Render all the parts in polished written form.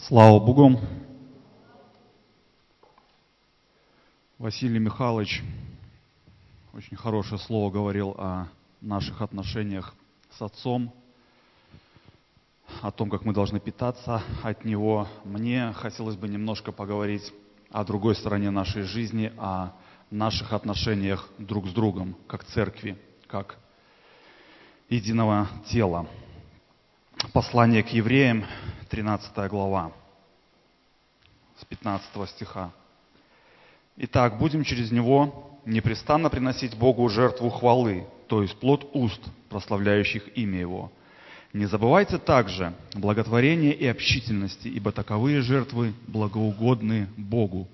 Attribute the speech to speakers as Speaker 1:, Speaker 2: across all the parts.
Speaker 1: Слава Богу! Василий Михайлович очень хорошее слово говорил о наших отношениях с Отцом, о том, как мы должны питаться от Него. Мне хотелось бы немножко поговорить о другой стороне нашей жизни, о наших отношениях друг с другом, как церкви, как единого тела. Послание к евреям, 13 глава, с 15 стиха. «Итак, будем через него непрестанно приносить Богу жертву хвалы, то есть плод уст, прославляющих имя Его. Не забывайте также благотворения и общительности, ибо таковые жертвы благоугодны Богу».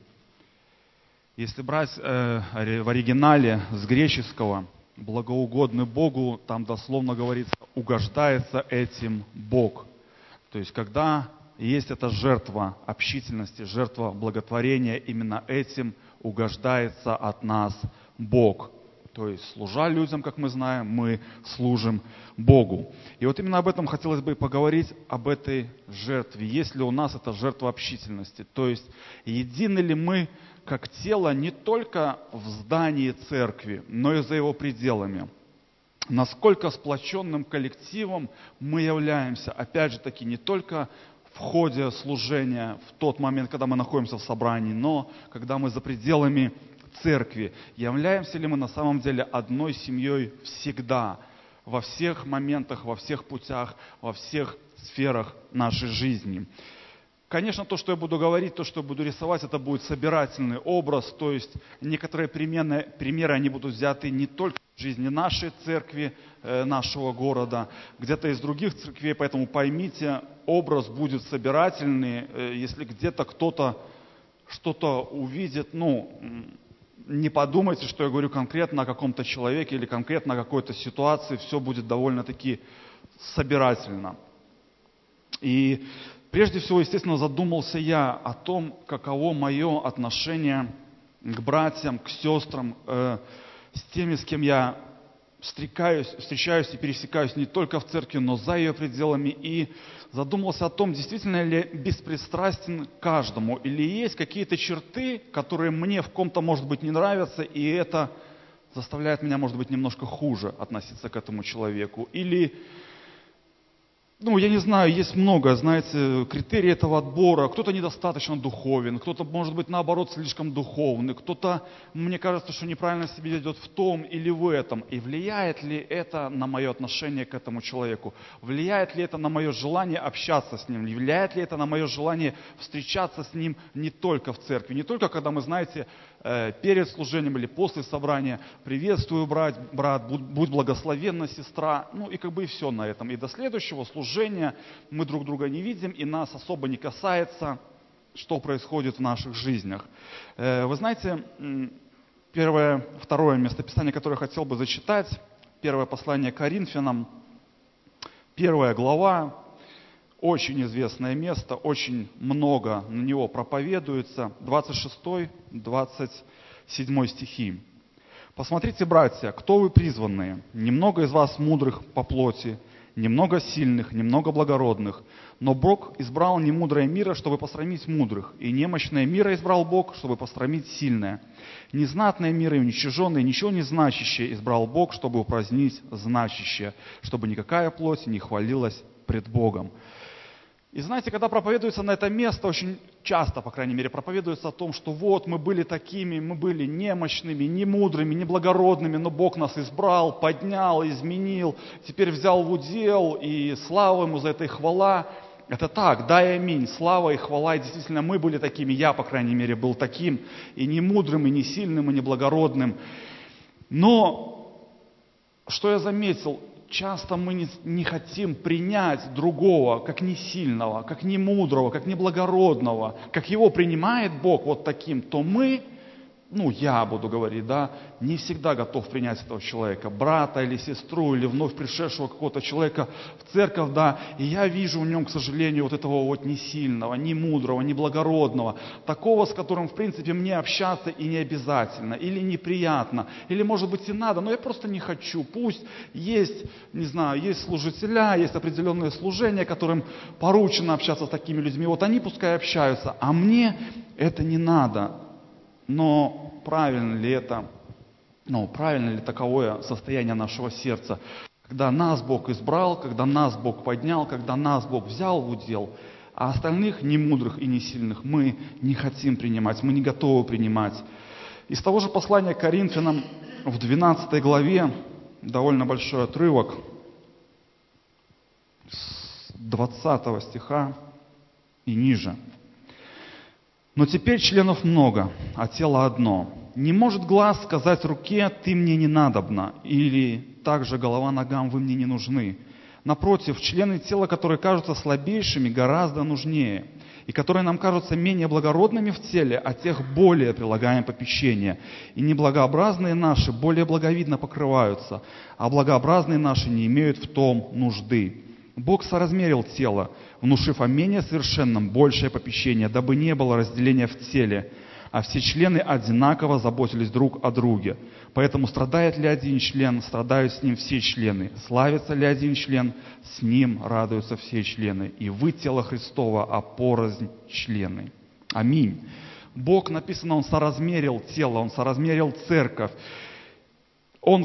Speaker 1: Если брать в оригинале с греческого «благоугодны Богу», там дословно говорится «угождается этим Бог». То есть, когда есть эта жертва общительности, жертва благотворения, именно этим угождается от нас Бог. То есть, служа людям, как мы знаем, мы служим Богу. И вот именно об этом хотелось бы поговорить, об этой жертве. Есть ли у нас эта жертва общительности? То есть, едины ли мы, как тело, не только в здании церкви, но и за его пределами? Насколько сплоченным коллективом мы являемся, опять же таки, не только в ходе служения, в тот момент, когда мы находимся в собрании, но когда мы за пределами церкви. Являемся ли мы на самом деле одной семьей всегда, во всех моментах, во всех путях, во всех сферах нашей жизни? Конечно, то, что я буду говорить, то, что я буду рисовать, это будет собирательный образ, то есть некоторые примеры, они будут взяты не только в жизни нашей церкви, нашего города, где-то из других церквей, поэтому поймите, образ будет собирательный. Если где-то кто-то что-то увидит, не подумайте, что я говорю конкретно о каком-то человеке или конкретно о какой-то ситуации, все будет довольно-таки собирательно. И прежде всего, естественно, задумался я о том, каково мое отношение к братьям, к сестрам, с теми, с кем я встречаюсь и пересекаюсь не только в церкви, но за ее пределами. И задумался о том, действительно ли беспристрастен к каждому, или есть какие-то черты, которые мне в ком-то, может быть, не нравятся, и это заставляет меня, может быть, немножко хуже относиться к этому человеку. Или, я не знаю, есть много, знаете, критерий этого отбора. Кто-то недостаточно духовен, кто-то, может быть, наоборот, слишком духовный, кто-то, мне кажется, что неправильно себя ведет в том или в этом. И влияет ли это на мое отношение к этому человеку? Влияет ли это на мое желание общаться с ним? Влияет ли это на мое желание встречаться с ним не только в церкви? Не только, когда мы, знаете, перед служением или после собрания приветствую, брат, будь благословенна, сестра, и все на этом. И до следующего служения мы друг друга не видим, и нас особо не касается, что происходит в наших жизнях. Вы знаете, второе местописание, которое я хотел бы зачитать, первое послание к Коринфянам, 1 глава, очень известное место, очень много на него проповедуется, 26-27 стихи. «Посмотрите, братья, кто вы призванные? Немного из вас мудрых по плоти, немного сильных, немного благородных. Но Бог избрал немудрое мира, чтобы посрамить мудрых, и немощное мира избрал Бог, чтобы посрамить сильное. Незнатное мира и уничиженное, ничего не значащее избрал Бог, чтобы упразднить значащее, чтобы никакая плоть не хвалилась пред Богом». И знаете, когда проповедуется на это место, очень часто, по крайней мере, проповедуется о том, что вот мы были такими, мы были немощными, не мудрыми, не благородными, но Бог нас избрал, поднял, изменил, теперь взял в удел, и слава Ему за это и хвала. Это так, да и аминь, слава и хвала, и действительно мы были такими, я, по крайней мере, был таким, и не мудрым, и не сильным, и не благородным. Но, что я заметил, часто мы не хотим принять другого, как не сильного, как не мудрого, как не благородного, как его принимает Бог вот таким, то мы я буду говорить, да, не всегда готов принять этого человека, брата или сестру, или вновь пришедшего какого-то человека в церковь, да, и я вижу в нем, к сожалению, вот этого вот не сильного, не мудрого, не благородного, такого, с которым, в принципе, мне общаться и не обязательно, или неприятно, или, может быть, и надо, но я просто не хочу. Пусть есть, не знаю, есть служителя, есть определенные служения, которым поручено общаться с такими людьми, вот они пускай общаются, а мне это не надо. Но правильно ли это, правильно ли таковое состояние нашего сердца, когда нас Бог избрал, когда нас Бог поднял, когда нас Бог взял в удел, а остальных немудрых и не сильных мы не хотим принимать, мы не готовы принимать. Из того же послания к Коринфянам в 12 главе, довольно большой отрывок, с 20 стиха и ниже. «Но теперь членов много, а тело одно. Не может глаз сказать руке: ты мне не надобна, или также голова ногам: вы мне не нужны. Напротив, члены тела, которые кажутся слабейшими, гораздо нужнее, и которые нам кажутся менее благородными в теле, от тех более прилагаем попечение. И неблагообразные наши более благовидно покрываются, а благообразные наши не имеют в том нужды. Бог соразмерил тело, внушив о менее совершенном большее попечение, дабы не было разделения в теле, а все члены одинаково заботились друг о друге. Поэтому страдает ли один член, страдают с ним все члены. Славится ли один член, с ним радуются все члены. И вы тело Христово, а порознь члены». Аминь. Бог, написано, Он соразмерил тело, Он соразмерил церковь. Он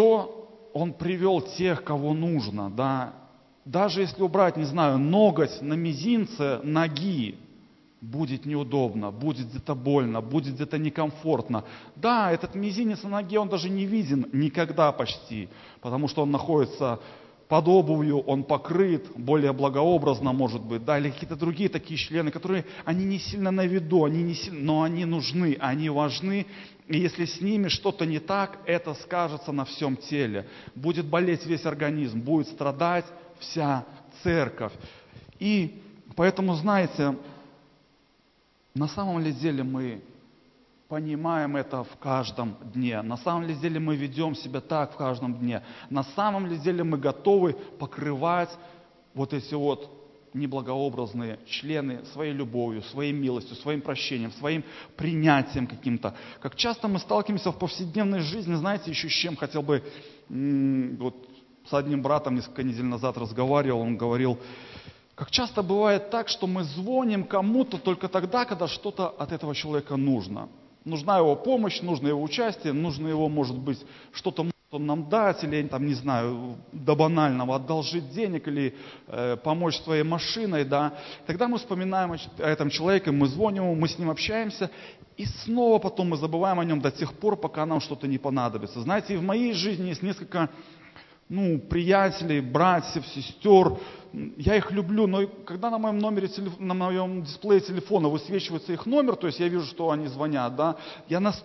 Speaker 1: привел тех, кого нужно, да. Даже если убрать, не знаю, ноготь на мизинце ноги, будет неудобно, будет где-то больно, будет где-то некомфортно. Да, этот мизинец на ноге, он даже не виден никогда почти, потому что он находится под обувью, он покрыт, более благообразно, может быть, да, или какие-то другие такие члены, которые, они не сильно на виду, но они нужны, они важны, и если с ними что-то не так, это скажется на всем теле. Будет болеть весь организм, будет страдать вся церковь. И поэтому, знаете, на самом ли деле мы понимаем это в каждом дне? На самом ли деле мы ведем себя так в каждом дне? На самом ли деле мы готовы покрывать вот эти вот неблагообразные члены своей любовью, своей милостью, своим прощением, своим принятием каким-то? Как часто мы сталкиваемся в повседневной жизни, знаете, еще с чем хотел бы, вот с одним братом несколько недель назад разговаривал, он говорил, как часто бывает так, что мы звоним кому-то только тогда, когда что-то от этого человека нужно. Нужна его помощь, нужно его участие, нужно его, может быть, что-то может он нам дать, или, там, не знаю, до банального одолжить денег, или помочь своей машиной, да. Тогда мы вспоминаем о этом человеке, мы звоним ему, мы с ним общаемся, и снова потом мы забываем о нем до тех пор, пока нам что-то не понадобится. Знаете, и в моей жизни есть несколько приятелей, братьев, сестер, я их люблю, но когда на моем на моем дисплее телефона высвечивается их номер, то есть я вижу, что они звонят, да, я на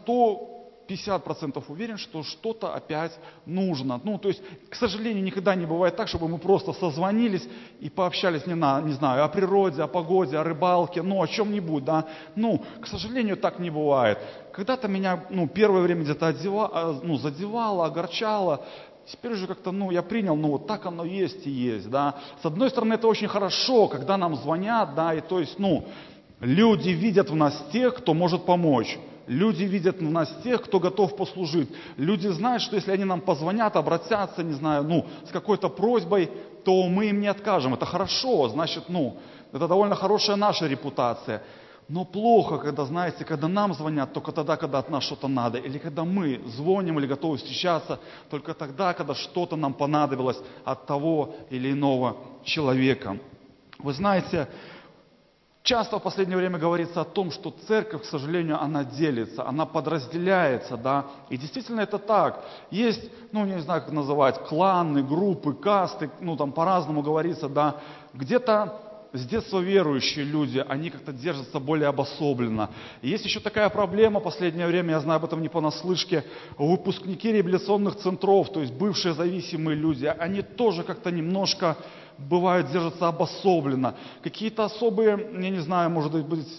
Speaker 1: 150% уверен, что что-то опять нужно. То есть, к сожалению, никогда не бывает так, чтобы мы просто созвонились и пообщались, не знаю, о природе, о погоде, о рыбалке, о чем-нибудь, да. К сожалению, так не бывает. Когда-то меня, первое время где-то задевало, огорчало. Теперь уже как-то, я принял, вот так оно есть и есть, да. С одной стороны, это очень хорошо, когда нам звонят, да, и то есть, люди видят в нас тех, кто может помочь. Люди видят в нас тех, кто готов послужить. Люди знают, что если они нам позвонят, обратятся, не знаю, с какой-то просьбой, то мы им не откажем. Это хорошо, значит, это довольно хорошая наша репутация. Но плохо, когда нам звонят только тогда, когда от нас что-то надо, или когда мы звоним или готовы встречаться только тогда, когда что-то нам понадобилось от того или иного человека. Вы знаете, часто в последнее время говорится о том, что церковь, к сожалению, она делится, она подразделяется, да, и действительно это так. Есть, не знаю, как называть, кланы, группы, касты, там по-разному говорится, да, где-то с детства верующие люди, они как-то держатся более обособленно. И есть еще такая проблема, в последнее время, я знаю об этом не понаслышке, выпускники реабилитационных центров, то есть бывшие зависимые люди, они тоже как-то немножко, бывают, держатся обособленно. Какие-то особые, я не знаю, может быть,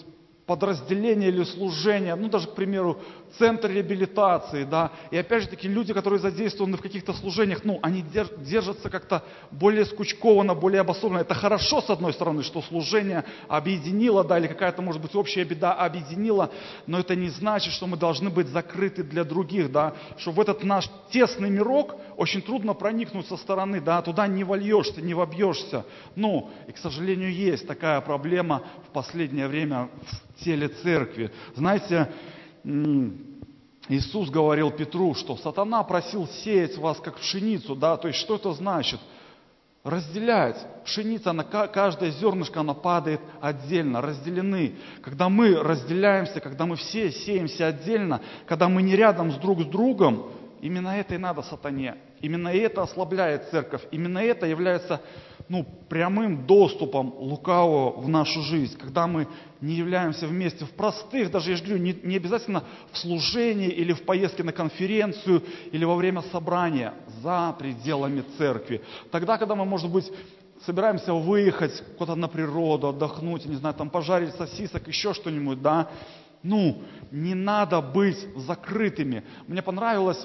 Speaker 1: подразделение или служение, ну даже, к примеру, центр реабилитации, да, и опять же таки люди, которые задействованы в каких-то служениях, ну, они держатся как-то более скучкованно, более обособленно. Это хорошо, с одной стороны, что служение объединило, да, или какая-то, может быть, общая беда объединила, но это не значит, что мы должны быть закрыты для других, да, что в этот наш тесный мирок очень трудно проникнуть со стороны, да, туда не вольешься, не вобьешься. Ну, и, к сожалению, есть такая проблема в последнее время в теле церкви. Знаете, Иисус говорил Петру, что сатана просил сеять вас как пшеницу, да, то есть что это значит? Разделять. Пшеница, каждое зернышко, она падает отдельно, разделены. Когда мы разделяемся, когда мы все сеемся отдельно, когда мы не рядом друг с другом, именно это и надо сатане. Именно это ослабляет церковь. Именно это является прямым доступом лукавого в нашу жизнь. Когда мы не являемся вместе в простых, даже я же говорю, не обязательно в служении или в поездке на конференцию или во время собрания, за пределами церкви. Тогда, когда мы, может быть, собираемся выехать куда-то на природу, отдохнуть, не знаю, там пожарить сосисок, еще что-нибудь, да, не надо быть закрытыми. Мне понравилось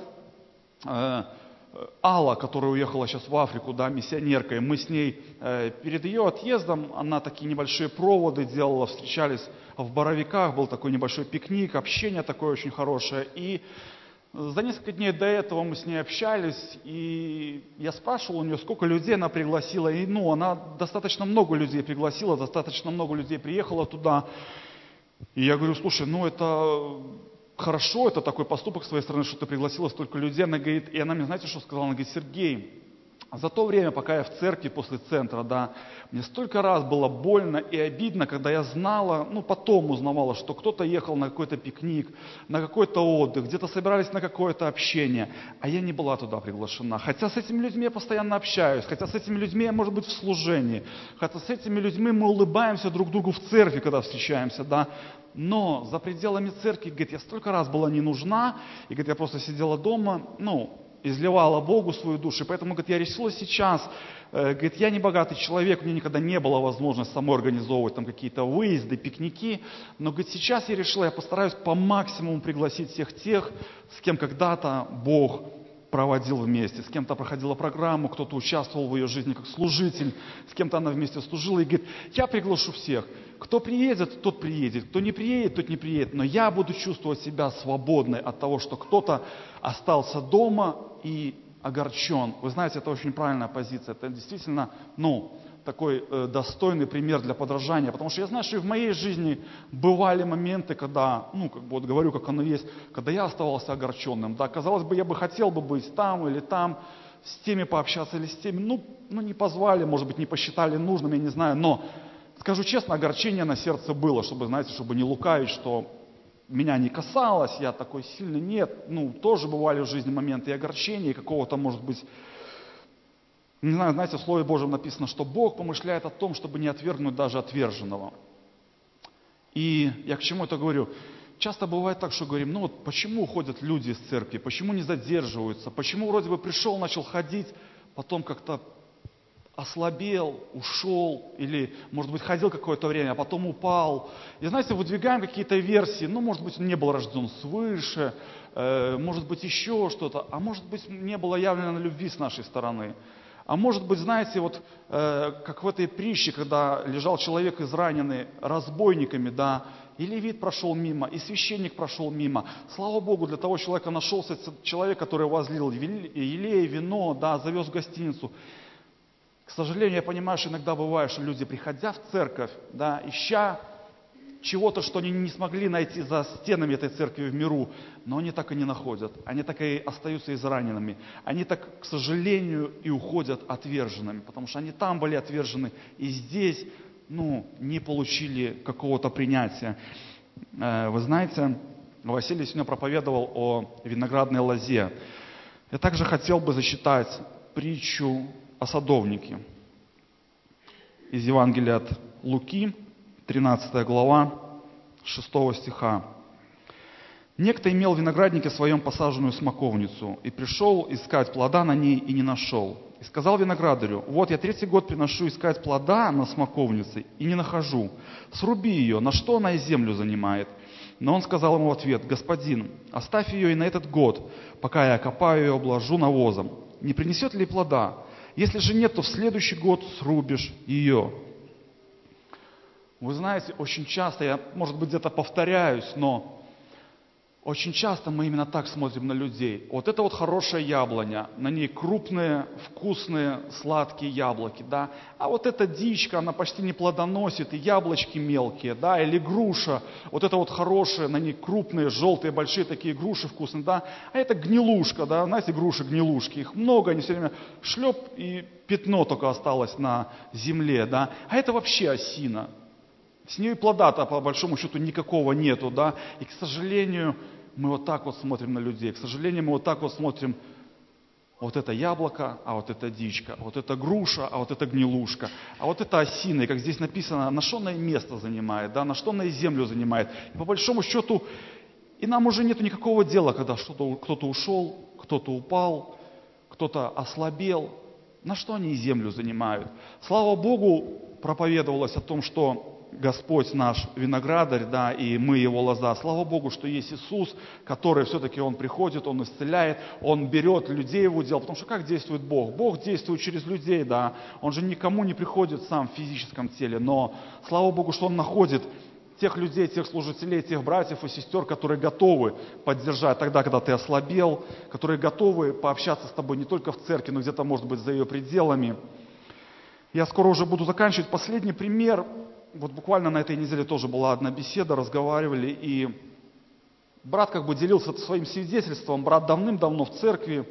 Speaker 1: Алла, которая уехала сейчас в Африку, да, миссионеркой, мы с ней перед ее отъездом, она такие небольшие проводы делала, встречались в Боровиках, был такой небольшой пикник, общение такое очень хорошее. И за несколько дней до этого мы с ней общались, и я спрашивал у нее, сколько людей она пригласила, и она достаточно много людей пригласила, достаточно много людей приехало туда. И я говорю, слушай, это хорошо, это такой поступок с твоей стороны, что ты пригласила столько людей. Она говорит, и она мне, знаете, что сказала? Она говорит, Сергей, за то время, пока я в церкви после центра, да, мне столько раз было больно и обидно, когда я знала, потом узнавала, что кто-то ехал на какой-то пикник, на какой-то отдых, где-то собирались на какое-то общение, а я не была туда приглашена. Хотя с этими людьми я постоянно общаюсь, хотя с этими людьми я, может быть, в служении, хотя с этими людьми мы улыбаемся друг другу в церкви, когда встречаемся, да, но за пределами церкви, говорит, я столько раз была не нужна, и, говорит, я просто сидела дома, изливала Богу свою душу. И поэтому, говорит, я решила сейчас, говорит, я не богатый человек, у меня никогда не было возможности самой организовывать там какие-то выезды, пикники, но, говорит, сейчас я решила, я постараюсь по максимуму пригласить всех тех, с кем когда-то Бог проводил вместе, с кем-то проходила программу, кто-то участвовал в ее жизни как служитель, с кем-то она вместе служила, и говорит, я приглашу всех. Кто приедет, тот приедет, кто не приедет, тот не приедет, но я буду чувствовать себя свободной от того, что кто-то остался дома и огорчен. Вы знаете, это очень правильная позиция, это действительно, такой достойный пример для подражания, потому что я знаю, что и в моей жизни бывали моменты, когда, говорю, как оно есть, когда я оставался огорченным, да, казалось бы, я бы хотел бы быть там или там, с теми пообщаться или с теми, не позвали, может быть, не посчитали нужным, я не знаю, но, скажу честно, огорчение на сердце было, чтобы не лукавить, что меня не касалось, я такой сильный, нет, тоже бывали в жизни моменты и огорчения, и какого-то, может быть, не знаю, знаете, в Слове Божьем написано, что Бог помышляет о том, чтобы не отвергнуть даже отверженного. И я к чему это говорю? Часто бывает так, что говорим, почему уходят люди из церкви, почему не задерживаются, почему вроде бы пришел, начал ходить, потом как-то ослабел, ушел, или, может быть, ходил какое-то время, а потом упал. И, знаете, выдвигаем какие-то версии, может быть, он не был рожден свыше, может быть, еще что-то, а может быть, не было явлено любви с нашей стороны. А может быть, знаете, как в этой притче, когда лежал человек израненный разбойниками, да, и левит прошел мимо, и священник прошел мимо. Слава Богу, для того человека нашелся человек, который возлил елей, вино, да, завез в гостиницу. К сожалению, я понимаю, что иногда бывает, что люди, приходя в церковь, да, ища чего-то, что они не смогли найти за стенами этой церкви в миру, но они так и не находят. Они так и остаются израненными. Они так, к сожалению, и уходят отверженными, потому что они там были отвержены, и здесь, не получили какого-то принятия. Вы знаете, Василий сегодня проповедовал о виноградной лозе. Я также хотел бы зачитать притчу о садовнике из Евангелия от Луки, 13 глава, 6 стиха. «Некто имел в винограднике своем посаженную смоковницу, и пришел искать плода на ней, и не нашел. И сказал виноградарю: вот я 3-й год приношу искать плода на смоковнице и не нахожу. Сруби ее, на что она и землю занимает? Но он сказал ему в ответ: господин, оставь ее и на этот год, пока я окопаю ее и обложу навозом. Не принесет ли плода? Если же нет, то в следующий год срубишь ее. Вы знаете, очень часто, я, может быть, где-то повторяюсь, но очень часто мы именно так смотрим на людей. Вот это вот хорошая яблоня, на ней крупные, вкусные, сладкие яблоки, да. А вот эта дичка, она почти не плодоносит, и яблочки мелкие, да. Или груша, вот это вот хорошая, на ней крупные, желтые, большие такие груши вкусные, да. А это гнилушка, да, знаете, груши-гнилушки, их много, они все время шлеп, и пятно только осталось на земле, да. А это вообще осина. С нее и плода-то, по большому счету, никакого нету, да. И, к сожалению, мы вот так вот смотрим на людей. К сожалению, мы вот так вот смотрим: вот это яблоко, а вот это дичка, вот это груша, а вот это гнилушка, а вот это осина. И как здесь написано, на что она и место занимает, да, на что она и землю занимает. И по большому счету, и нам уже нету никакого дела, когда кто-то ушел, кто-то упал, кто-то ослабел. На что они и землю занимают? Слава Богу, проповедовалось о том, что Господь наш виноградарь, да, и мы Его лоза. Слава Богу, что есть Иисус, который все-таки Он приходит, Он исцеляет, Он берет людей в удел. Потому что как действует Бог? Бог действует через людей, да. Он же никому не приходит сам в физическом теле. Но слава Богу, что Он находит тех людей, тех служителей, тех братьев и сестер, которые готовы поддержать тогда, когда ты ослабел, которые готовы пообщаться с тобой не только в церкви, но где-то, может быть, за ее пределами. Я скоро уже буду заканчивать. Последний пример. Вот буквально на этой неделе тоже была одна беседа, разговаривали, и брат как бы делился своим свидетельством, брат давным-давно в церкви,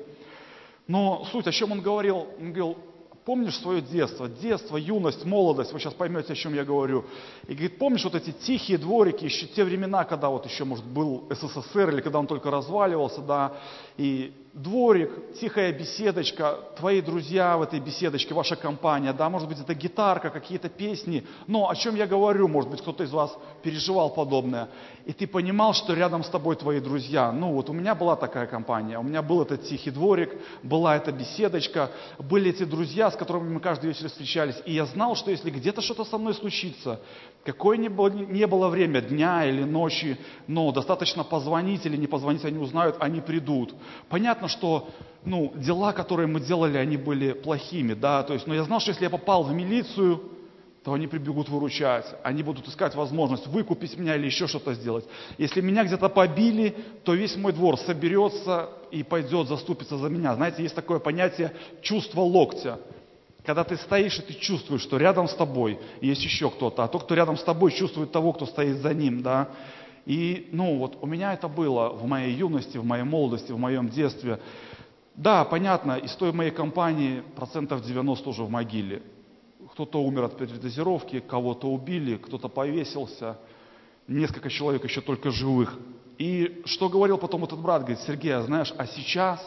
Speaker 1: но суть, о чем он говорил, помнишь свое детство, юность, молодость, вы сейчас поймете, о чем я говорю, и говорит, помнишь вот эти тихие дворики, еще те времена, когда вот еще, может, был СССР, или когда он только разваливался, да, и дворик, тихая беседочка, твои друзья в этой беседочке, ваша компания, да, может быть, это гитарка, какие-то песни, но о чем я говорю, может быть, кто-то из вас переживал подобное, и ты понимал, что рядом с тобой твои друзья. Ну, вот у меня была такая компания, у меня был этот тихий дворик, была эта беседочка, были эти друзья, с которыми мы каждый вечер встречались, и я знал, что если где-то что-то со мной случится, какое ни было время, дня или ночи, но достаточно позвонить или не позвонить, они узнают, они придут. Понятно, что дела, которые мы делали, они были плохими, да, то есть, но я знал, что если я попал в милицию, то они прибегут выручать, они будут искать возможность выкупить меня или еще что-то сделать. Если меня где-то побили, то весь мой двор соберется и пойдет заступиться за меня. Знаете, есть такое понятие чувство локтя. Когда ты стоишь, и ты чувствуешь, что рядом с тобой есть еще кто-то, а тот, кто рядом с тобой, чувствует того, кто стоит за ним, да. И, вот у меня это было в моей юности, в моей молодости, в моем детстве. Да, понятно, из той моей компании 90% уже в могиле. Кто-то умер от передозировки, кого-то убили, кто-то повесился, несколько человек еще только живых. И что говорил потом этот брат, говорит, Сергей, а знаешь, а сейчас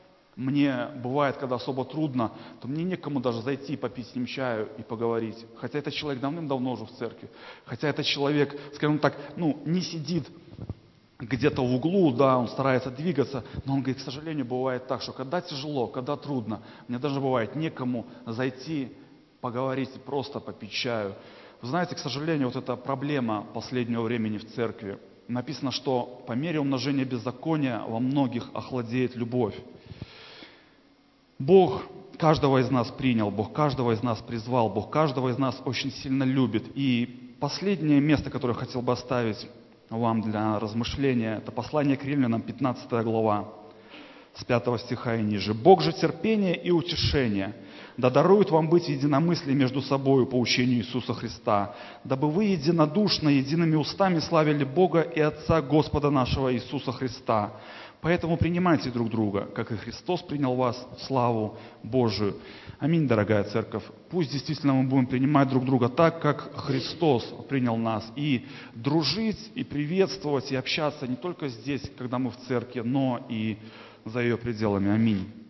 Speaker 1: мне бывает, когда особо трудно, то мне некому даже зайти, попить с ним чаю и поговорить. Хотя этот человек давным-давно уже в церкви. Хотя этот человек, скажем так, не сидит где-то в углу, да, он старается двигаться, но он говорит, к сожалению, бывает так, что когда тяжело, когда трудно, мне даже бывает некому зайти, поговорить, просто попить чаю. Вы знаете, к сожалению, вот эта проблема последнего времени в церкви. Написано, что по мере умножения беззакония во многих охладеет любовь. Бог каждого из нас принял, Бог каждого из нас призвал, Бог каждого из нас очень сильно любит. И последнее место, которое я хотел бы оставить вам для размышления, это послание к Римлянам, 15 глава, с 5 стиха и ниже. «Бог же терпения и утешения, да дарует вам быть в единомыслии между собою по учению Иисуса Христа, дабы вы единодушно, едиными устами славили Бога и Отца Господа нашего Иисуса Христа. Поэтому принимайте друг друга, как и Христос принял вас в славу Божию». Аминь, дорогая церковь. Пусть действительно мы будем принимать друг друга так, как Христос принял нас. И дружить, и приветствовать, и общаться не только здесь, когда мы в церкви, но и за ее пределами. Аминь.